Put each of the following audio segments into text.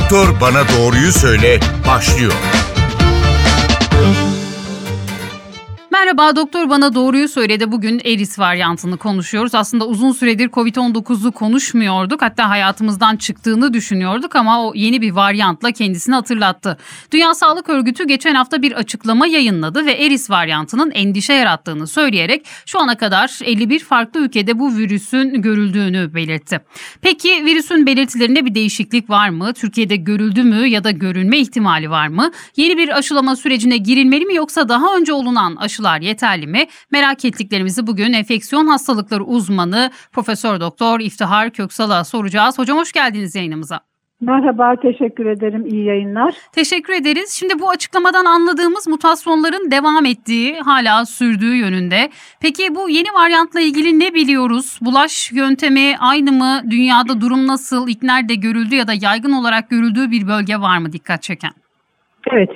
Doktor Bana Doğruyu Söyle başlıyor. Merhaba, Doktor Bana Doğruyu Söyledi. Bugün Eris varyantını konuşuyoruz. Aslında uzun süredir Covid-19'u konuşmuyorduk. Hatta hayatımızdan çıktığını düşünüyorduk ama o yeni bir varyantla kendisini hatırlattı. Dünya Sağlık Örgütü geçen hafta bir açıklama yayınladı ve Eris varyantının endişe yarattığını söyleyerek şu ana kadar 51 farklı ülkede bu virüsün görüldüğünü belirtti. Peki virüsün belirtilerinde bir değişiklik var mı? Türkiye'de görüldü mü ya da görülme ihtimali var mı? Yeni bir aşılama sürecine girilmeli mi yoksa daha önce olunan aşılar yeterli mi? Merak ettiklerimizi bugün enfeksiyon hastalıkları uzmanı Profesör Doktor İftihar Köksal'a soracağız. Hocam hoş geldiniz yayınımıza. Merhaba, teşekkür ederim. İyi yayınlar. Teşekkür ederiz. Şimdi bu açıklamadan anladığımız mutasyonların devam ettiği, hala sürdüğü yönünde. Peki bu yeni varyantla ilgili ne biliyoruz? Bulaş yöntemi aynı mı? Dünyada durum nasıl? İlk nerede görüldü ya da yaygın olarak görüldüğü bir bölge var mı dikkat çeken? Evet,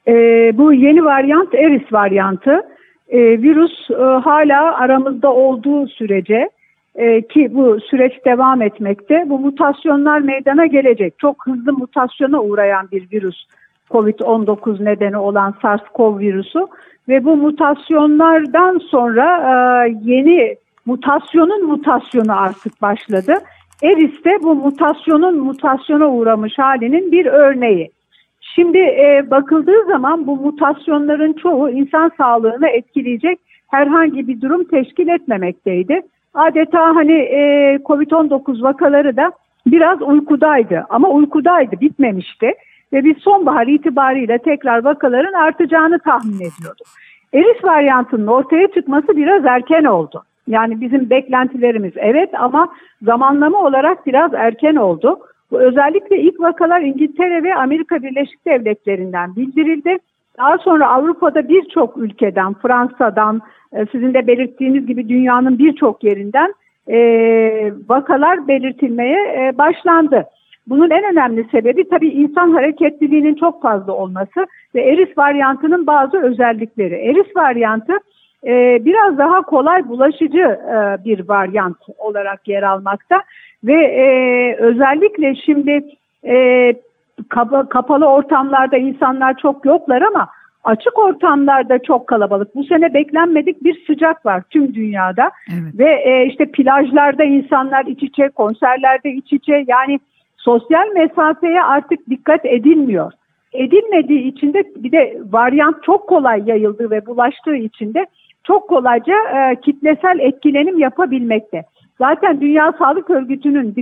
bu yeni varyant Eris varyantı. Virüs hala aramızda olduğu sürece ki bu süreç devam etmekte, bu mutasyonlar meydana gelecek. Çok hızlı mutasyona uğrayan bir virüs Covid-19 nedeni olan SARS-CoV virüsü ve bu mutasyonlardan sonra yeni mutasyonu artık başladı. Eris de bu mutasyona uğramış halinin bir örneği. Şimdi bakıldığı zaman bu mutasyonların çoğu insan sağlığını etkileyecek herhangi bir durum teşkil etmemekteydi. Adeta Covid-19 vakaları da biraz uykudaydı ama bitmemişti ve biz sonbahar itibariyle tekrar vakaların artacağını tahmin ediyorduk. Eris varyantının ortaya çıkması biraz erken oldu. Yani bizim beklentilerimiz evet ama zamanlama olarak biraz erken oldu. Özellikle ilk vakalar İngiltere ve Amerika Birleşik Devletleri'nden bildirildi. Daha sonra Avrupa'da birçok ülkeden, Fransa'dan, sizin de belirttiğiniz gibi dünyanın birçok yerinden vakalar belirtilmeye başlandı. Bunun en önemli sebebi tabii insan hareketliliğinin çok fazla olması ve Eris varyantının bazı özellikleri. Eris varyantı biraz daha kolay bulaşıcı bir varyant olarak yer almakta. Ve özellikle şimdi kapalı ortamlarda insanlar çok yoklar ama açık ortamlarda çok kalabalık. Bu sene beklenmedik bir sıcak var tüm dünyada. Evet. Ve işte plajlarda insanlar iç içe, konserlerde iç içe, yani sosyal mesafeye artık dikkat edilmiyor. Edilmediği için de bir de varyant çok kolay yayıldığı ve bulaştığı için de çok kolayca kitlesel etkilenim yapabilmekte. Zaten Dünya Sağlık Örgütü'nün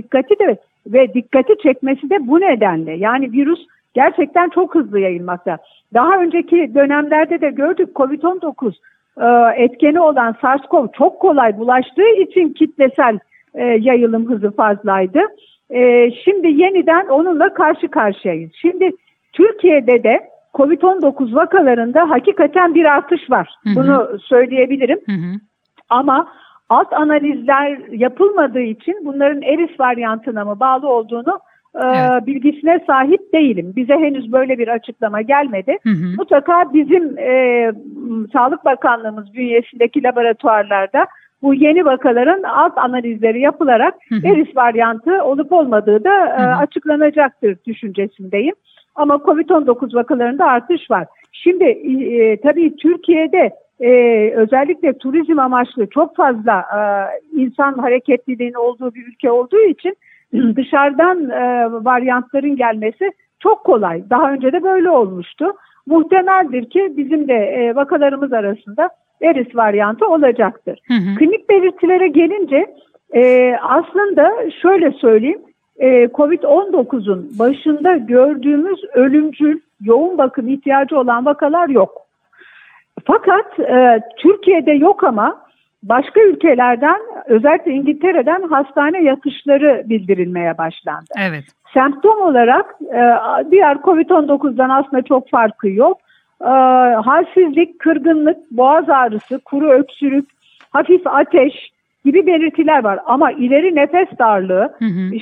dikkati çekmesi de bu nedenle. Yani virüs gerçekten çok hızlı yayılmakta. Daha önceki dönemlerde de gördük, Covid-19 etkeni olan SARS-CoV çok kolay bulaştığı için kitlesel yayılım hızı fazlaydı. Şimdi yeniden onunla karşı karşıyayız. Şimdi Türkiye'de de Covid-19 vakalarında hakikaten bir artış var. Hı-hı. Bunu söyleyebilirim. Hı-hı. Ama alt analizler yapılmadığı için bunların Eris varyantına mı bağlı olduğunu bilgisine sahip değilim. Bize henüz böyle bir açıklama gelmedi. Hı hı. Mutlaka bizim Sağlık Bakanlığımız bünyesindeki laboratuvarlarda bu yeni vakaların alt analizleri yapılarak Eris varyantı olup olmadığı da açıklanacaktır düşüncesindeyim. Ama Covid-19 vakalarında artış var. Şimdi tabii Türkiye'de özellikle turizm amaçlı çok fazla insan hareketliliğinin olduğu bir ülke olduğu için dışarıdan varyantların gelmesi çok kolay. Daha önce de böyle olmuştu. Muhtemeldir ki bizim de vakalarımız arasında Eris varyantı olacaktır. Hı hı. Klinik belirtilere gelince aslında şöyle söyleyeyim. Covid-19'un başında gördüğümüz ölümcül yoğun bakım ihtiyacı olan vakalar yok. Fakat Türkiye'de yok ama başka ülkelerden, özellikle İngiltere'den hastane yatışları bildirilmeye başlandı. Evet. Semptom olarak diğer Covid-19'dan aslında çok farkı yok. Halsizlik, kırgınlık, boğaz ağrısı, kuru öksürük, hafif ateş gibi belirtiler var. Ama ileri nefes darlığı,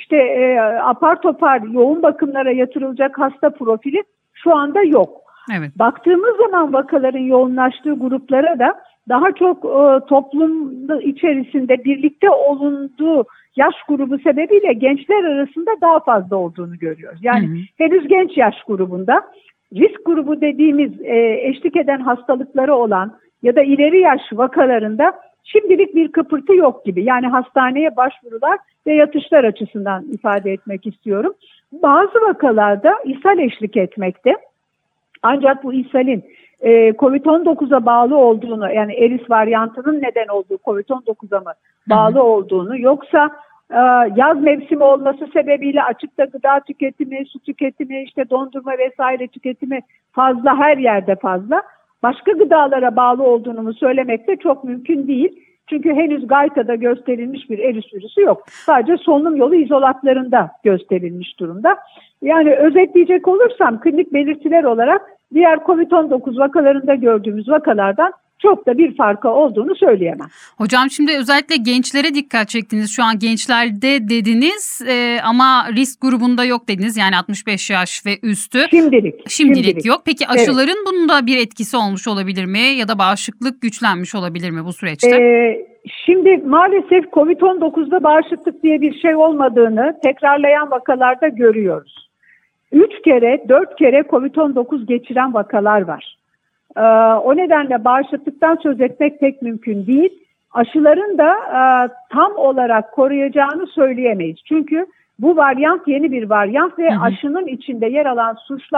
apar topar yoğun bakımlara yatırılacak hasta profili şu anda yok. Evet. Baktığımız zaman vakaların yoğunlaştığı gruplara da daha çok toplum içerisinde birlikte olunduğu yaş grubu sebebiyle gençler arasında daha fazla olduğunu görüyoruz. Yani henüz genç yaş grubunda risk grubu dediğimiz eşlik eden hastalıkları olan ya da ileri yaş vakalarında şimdilik bir kıpırtı yok gibi. Yani hastaneye başvurular ve yatışlar açısından ifade etmek istiyorum. Bazı vakalarda ishal eşlik etmekte. Ancak bu ishalin COVID-19'a bağlı olduğunu, yani eris varyantının neden olduğu COVID-19'a mı bağlı olduğunu, yoksa yaz mevsimi olması sebebiyle açıkta gıda tüketimi, su tüketimi, işte dondurma vesaire tüketimi fazla, her yerde fazla, başka gıdalara bağlı olduğunu mu söylemek de çok mümkün değil. Çünkü henüz Gayta'da gösterilmiş bir eris virüsü yok. Sadece solunum yolu izolatlarında gösterilmiş durumda. Yani özetleyecek olursam klinik belirtiler olarak diğer COVID-19 vakalarında gördüğümüz vakalardan çok da bir farkı olduğunu söyleyemem. Hocam şimdi özellikle gençlere dikkat çektiniz. Şu an gençlerde dediniz ama risk grubunda yok dediniz. Yani 65 yaş ve üstü. Şimdilik yok. Peki aşıların bunun da bir etkisi olmuş olabilir mi? Ya da bağışıklık güçlenmiş olabilir mi bu süreçte? Şimdi maalesef COVID-19'da bağışıklık diye bir şey olmadığını tekrarlayan vakalarda görüyoruz. 3 kere, 4 kere COVID-19 geçiren vakalar var. O nedenle bağışıklıktan söz etmek pek mümkün değil. Aşıların da tam olarak koruyacağını söyleyemeyiz. Çünkü bu varyant yeni bir varyant ve aşının içinde yer alan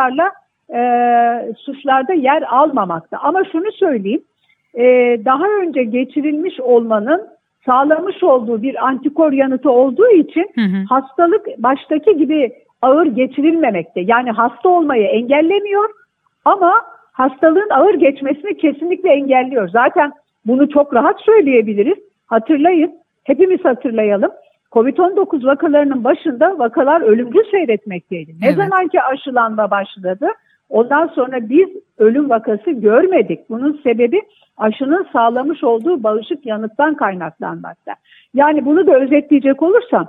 suçlarda yer almamakta. Ama şunu söyleyeyim, daha önce geçirilmiş olmanın sağlamış olduğu bir antikor yanıtı olduğu için hastalık baştaki gibi ağır geçirilmemekte. Yani hasta olmayı engellemiyor ama hastalığın ağır geçmesini kesinlikle engelliyor. Zaten bunu çok rahat söyleyebiliriz. Hatırlayın, hepimiz hatırlayalım. Covid-19 vakalarının başında vakalar ölümcül seyretmekteydi. Ne zaman ki aşılanma başladı, ondan sonra biz ölüm vakası görmedik. Bunun sebebi aşının sağlamış olduğu bağışık yanıttan kaynaklanmakta. Yani bunu da özetleyecek olursam,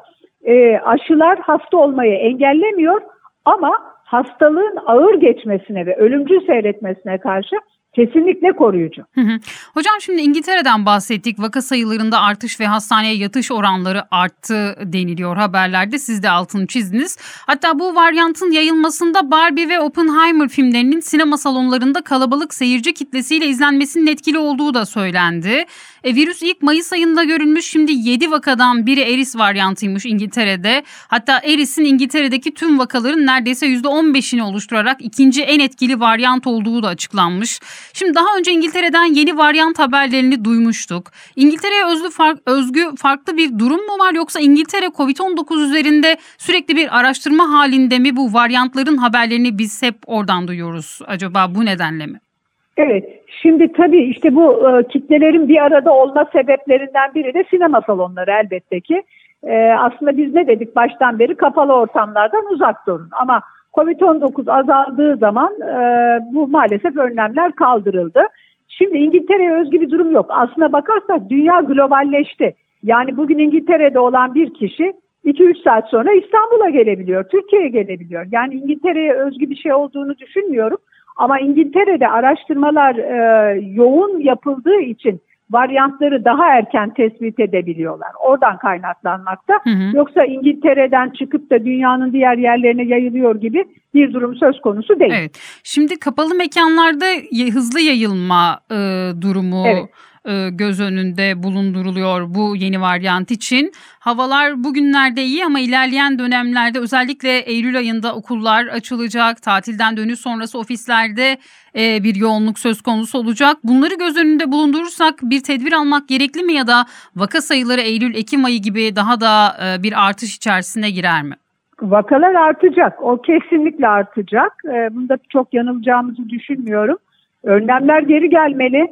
aşılar hasta olmayı engellemiyor ama hastalığın ağır geçmesine ve ölümcül seyretmesine karşı kesinlikle koruyucu. Hocam şimdi İngiltere'den bahsettik. Vaka sayılarında artış ve hastaneye yatış oranları arttı deniliyor haberlerde. Siz de altını çizdiniz. Hatta bu varyantın yayılmasında Barbie ve Oppenheimer filmlerinin sinema salonlarında kalabalık seyirci kitlesiyle izlenmesinin etkili olduğu da söylendi. Virüs ilk Mayıs ayında görülmüş. Şimdi 7 vakadan biri eris varyantıymış İngiltere'de. Hatta erisin İngiltere'deki tüm vakaların neredeyse %15'ini oluşturarak ikinci en etkili varyant olduğu da açıklanmış. Şimdi daha önce İngiltere'den yeni varyant haberlerini duymuştuk. İngiltere'ye özgü farklı bir durum mu var, yoksa İngiltere COVID-19 üzerinde sürekli bir araştırma halinde mi, bu varyantların haberlerini biz hep oradan duyuyoruz acaba bu nedenle mi? Evet, şimdi tabii işte bu kitlelerin bir arada olma sebeplerinden biri de sinema salonları elbette ki. Aslında biz ne dedik baştan beri, kapalı ortamlardan uzak durun, ama Covid-19 azaldığı zaman bu maalesef önlemler kaldırıldı. Şimdi İngiltere'ye özgü bir durum yok. Aslına bakarsak dünya globalleşti. Yani bugün İngiltere'de olan bir kişi 2-3 saat sonra İstanbul'a gelebiliyor, Türkiye'ye gelebiliyor. Yani İngiltere'ye özgü bir şey olduğunu düşünmüyorum. Ama İngiltere'de araştırmalar yoğun yapıldığı için varyantları daha erken tespit edebiliyorlar. Oradan kaynaklanmakta. Yoksa İngiltere'den çıkıp da dünyanın diğer yerlerine yayılıyor gibi bir durum söz konusu değil. Evet. Şimdi kapalı mekanlarda hızlı yayılma durumu göz önünde bulunduruluyor bu yeni varyant için. Havalar bugünlerde iyi ama ilerleyen dönemlerde, özellikle Eylül ayında okullar açılacak. Tatilden dönüş sonrası ofislerde bir yoğunluk söz konusu olacak. Bunları göz önünde bulundurursak bir tedbir almak gerekli mi, ya da vaka sayıları Eylül-Ekim ayı gibi daha da bir artış içerisine girer mi? Vakalar artacak. O kesinlikle artacak. Bunda çok yanılacağımızı düşünmüyorum. Önlemler geri gelmeli.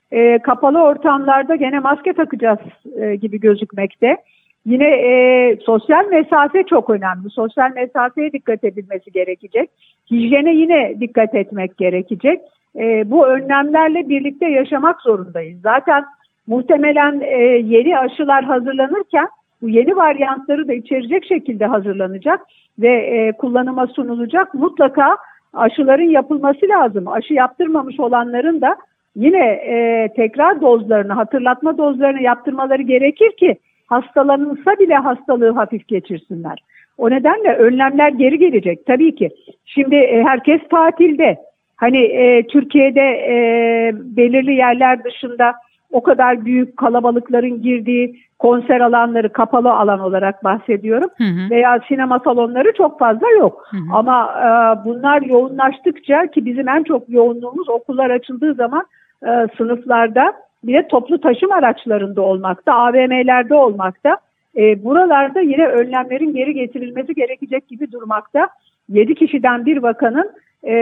Kapalı ortamlarda gene maske takacağız gibi gözükmekte. Yine sosyal mesafe çok önemli. Sosyal mesafeye dikkat edilmesi gerekecek. Hijyene yine dikkat etmek gerekecek. Bu önlemlerle birlikte yaşamak zorundayız. Zaten muhtemelen yeni aşılar hazırlanırken bu yeni varyantları da içerecek şekilde hazırlanacak ve kullanıma sunulacak. Mutlaka aşıların yapılması lazım. Aşı yaptırmamış olanların da yine tekrar dozlarını, hatırlatma dozlarını yaptırmaları gerekir ki hastalanırsa bile hastalığı hafif geçirsinler. O nedenle önlemler geri gelecek tabii ki. Şimdi herkes tatilde. Hani Türkiye'de belirli yerler dışında o kadar büyük kalabalıkların girdiği konser alanları, kapalı alan olarak bahsediyorum. Veya sinema salonları çok fazla yok. Ama bunlar yoğunlaştıkça, ki bizim en çok yoğunluğumuz okullar açıldığı zaman sınıflarda, bir de toplu taşıma araçlarında olmakta, AVM'lerde olmakta. Buralarda yine önlemlerin geri getirilmesi gerekecek gibi durmakta. 7 kişiden bir vakanın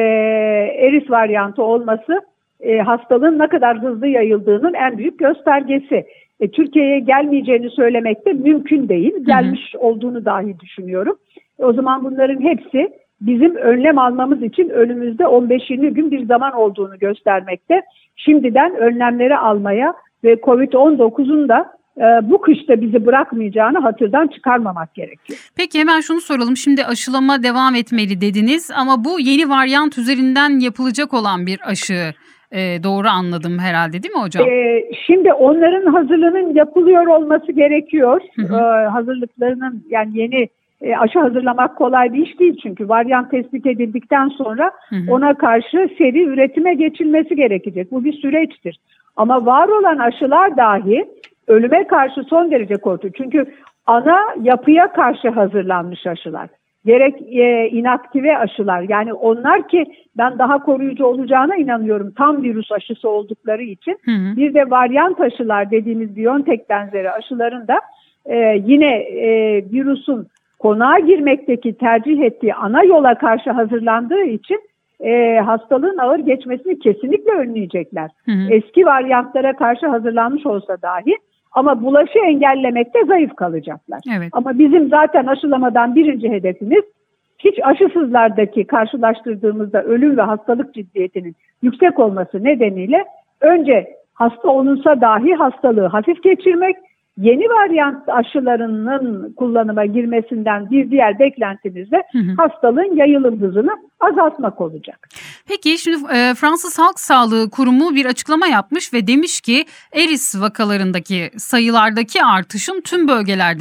eris varyantı olması hastalığın ne kadar hızlı yayıldığının en büyük göstergesi. Türkiye'ye gelmeyeceğini söylemek de mümkün değil. Gelmiş olduğunu dahi düşünüyorum. O zaman bunların hepsi bizim önlem almamız için önümüzde 15-20 gün bir zaman olduğunu göstermekte. Şimdiden önlemleri almaya ve COVID-19'un da bu kışta bizi bırakmayacağını hatırdan çıkarmamak gerekiyor. Peki hemen şunu soralım. Şimdi aşılama devam etmeli dediniz ama bu yeni varyant üzerinden yapılacak olan bir aşı. Doğru anladım herhalde, değil mi hocam? Şimdi onların hazırlığının yapılıyor olması gerekiyor. Hazırlıklarının, yani yeni aşı hazırlamak kolay bir iş değil, çünkü varyant tespit edildikten sonra ona karşı seri üretime geçilmesi gerekecek. Bu bir süreçtir. Ama var olan aşılar dahi ölüme karşı son derece korkutucu. Çünkü ana yapıya karşı hazırlanmış aşılar. Gerek inaktive aşılar, yani onlar ki ben daha koruyucu olacağına inanıyorum tam virüs aşısı oldukları için. Bir de varyant aşılar dediğimiz BioNTech benzeri aşıların da yine virüsün konağa girmekteki tercih ettiği ana yola karşı hazırlandığı için hastalığın ağır geçmesini kesinlikle önleyecekler. Eski varyantlara karşı hazırlanmış olsa dahi, ama bulaşı engellemekte zayıf kalacaklar. Evet. Ama bizim zaten aşılamadan birinci hedefimiz, hiç aşısızlardaki karşılaştırdığımızda ölüm ve hastalık ciddiyetinin yüksek olması nedeniyle önce hasta olunsa dahi hastalığı hafif geçirmek, yeni varyant aşılarının kullanıma girmesinden bir diğer beklentimiz de hastalığın yayılım hızını azaltmak olacak. Peki şimdi Fransız Halk Sağlığı Kurumu bir açıklama yapmış ve demiş ki eris vakalarındaki sayılardaki artışın tüm bölgelerde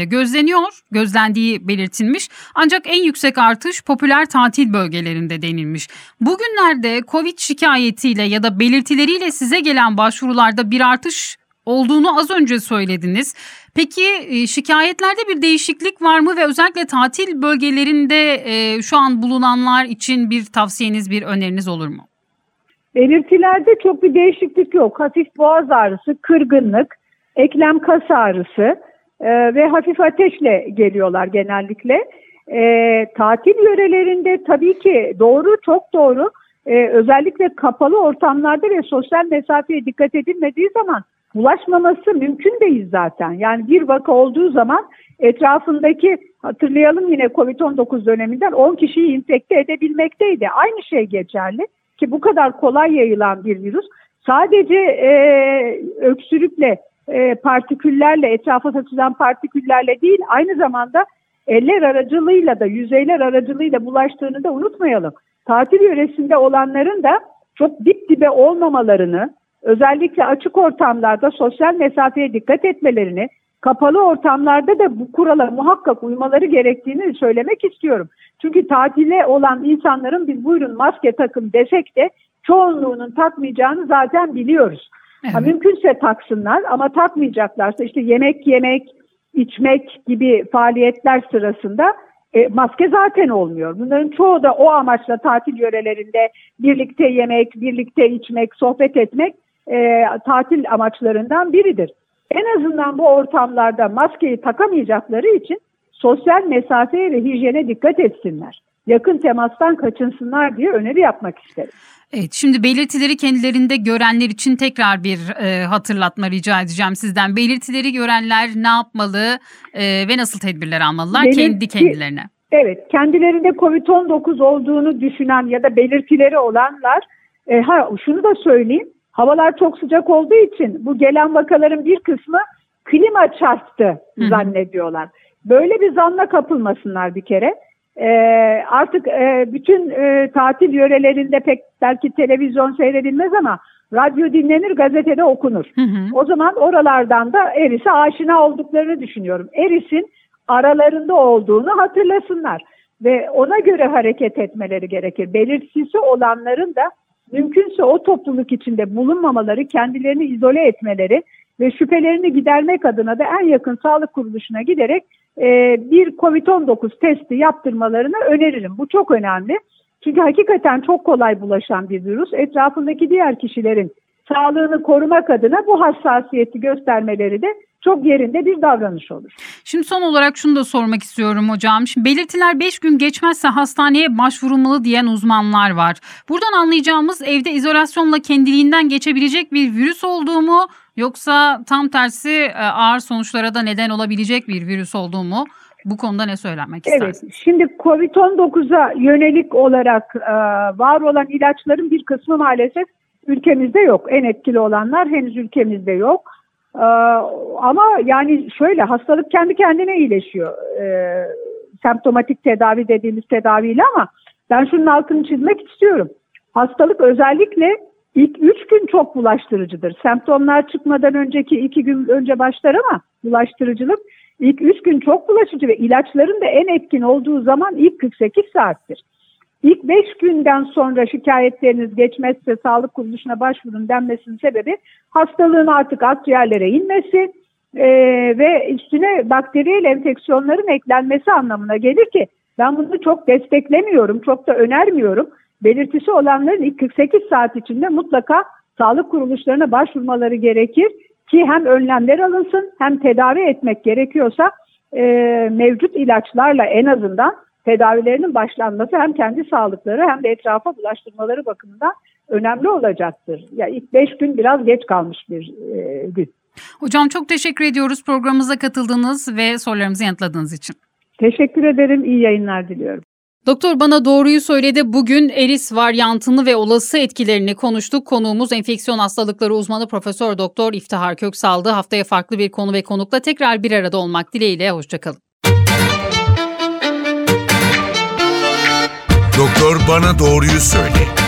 gözlendiği belirtilmiş. Ancak en yüksek artış popüler tatil bölgelerinde denilmiş. Bugünlerde Covid şikayetiyle ya da belirtileriyle size gelen başvurularda bir artış olduğunu az önce söylediniz. Peki şikayetlerde bir değişiklik var mı ve özellikle tatil bölgelerinde şu an bulunanlar için bir tavsiyeniz, bir öneriniz olur mu? Belirtilerde çok bir değişiklik yok. Hafif boğaz ağrısı, kırgınlık, eklem kas ağrısı ve hafif ateşle geliyorlar genellikle. Tatil yörelerinde tabii ki doğru, çok doğru. Özellikle kapalı ortamlarda ve sosyal mesafeye dikkat edilmediği zaman bulaşmaması mümkün değil zaten. Yani bir vaka olduğu zaman etrafındaki, hatırlayalım yine COVID-19 döneminden 10 kişiyi infekte edebilmekteydi. Aynı şey geçerli ki bu kadar kolay yayılan bir virüs sadece öksürükle, partiküllerle, etrafa saçılan partiküllerle değil, aynı zamanda eller aracılığıyla da, yüzeyler aracılığıyla bulaştığını da unutmayalım. Tatil yöresinde olanların da çok dip dibe olmamalarını, özellikle açık ortamlarda sosyal mesafeye dikkat etmelerini, kapalı ortamlarda da bu kurala muhakkak uymaları gerektiğini söylemek istiyorum. Çünkü tatile olan insanların biz buyurun maske takın desek de çoğunluğunun takmayacağını zaten biliyoruz. Evet. Mümkünse taksınlar, ama takmayacaklarsa işte yemek yemek, içmek gibi faaliyetler sırasında maske zaten olmuyor. Bunların çoğu da o amaçla tatil yörelerinde birlikte yemek, birlikte içmek, sohbet etmek tatil amaçlarından biridir. En azından bu ortamlarda maskeyi takamayacakları için sosyal mesafeye ve hijyene dikkat etsinler. Yakın temastan kaçınsınlar diye öneri yapmak isterim. Evet, şimdi belirtileri kendilerinde görenler için tekrar bir hatırlatma rica edeceğim sizden. Belirtileri görenler ne yapmalı ve nasıl tedbirler almalılar kendi kendilerine? Evet, kendilerinde COVID-19 olduğunu düşünen ya da belirtileri olanlar, şunu da söyleyeyim. Havalar çok sıcak olduğu için bu gelen vakaların bir kısmı klima çarptı zannediyorlar. Böyle bir zanla kapılmasınlar bir kere. Artık bütün tatil yörelerinde pek belki televizyon seyredilmez ama Radyo dinlenir, gazetede okunur. O zaman oralardan da eris'e aşina olduklarını düşünüyorum. Eris'in aralarında olduğunu hatırlasınlar ve ona göre hareket etmeleri gerekir. Belirtisi olanların da mümkünse o topluluk içinde bulunmamaları, kendilerini izole etmeleri ve şüphelerini gidermek adına da en yakın sağlık kuruluşuna giderek bir COVID-19 testi yaptırmalarını öneririm. Bu çok önemli. Çünkü hakikaten çok kolay bulaşan bir virüs. Etrafındaki diğer kişilerin sağlığını korumak adına bu hassasiyeti göstermeleri de çok yerinde bir davranış olur. Şimdi son olarak şunu da sormak istiyorum hocam. Şimdi belirtiler 5 gün geçmezse hastaneye başvurulmalı diyen uzmanlar var. Buradan anlayacağımız evde izolasyonla kendiliğinden geçebilecek bir virüs olduğu mu, yoksa tam tersi ağır sonuçlara da neden olabilecek bir virüs olduğu mu? Bu konuda ne söylemek istersiniz? Evet, şimdi COVID-19'a yönelik olarak var olan ilaçların bir kısmı maalesef ülkemizde yok. En etkili olanlar henüz ülkemizde yok. Ama yani şöyle, hastalık kendi kendine iyileşiyor. Semptomatik tedavi dediğimiz tedaviyle, ama ben şunun altını çizmek istiyorum. Hastalık özellikle ilk 3 gün çok bulaştırıcıdır. Semptomlar çıkmadan önceki 2 gün önce başlar ama bulaştırıcılık ilk 3 gün çok bulaşıcı ve ilaçların da en etkin olduğu zaman ilk 48 saattir. İlk 5 günden sonra şikayetleriniz geçmezse sağlık kuruluşuna başvurun denmesinin sebebi hastalığın artık akciğerlere inmesi ve üstüne bakteriyel enfeksiyonların eklenmesi anlamına gelir ki ben bunu çok desteklemiyorum, çok da önermiyorum. Belirtisi olanların ilk 48 saat içinde mutlaka sağlık kuruluşlarına başvurmaları gerekir ki hem önlemler alınsın hem tedavi etmek gerekiyorsa mevcut ilaçlarla en azından tedavilerinin başlanması hem kendi sağlıkları hem de etrafa bulaştırmaları bakımından önemli olacaktır. Ya ilk 5 gün biraz geç kalmış bir gün. Hocam çok teşekkür ediyoruz programımıza katıldığınız ve sorularımızı yanıtladığınız için. Teşekkür ederim. İyi yayınlar diliyorum. Doktor Bana Doğruyu Söyledi. Bugün eris varyantını ve olası etkilerini konuştuk. Konuğumuz enfeksiyon hastalıkları uzmanı Profesör Doktor İftihar Köksal'dı. Haftaya farklı bir konu ve konukla tekrar bir arada olmak dileğiyle. Hoşçakalın. Doktor Bana Doğruyu Söyle.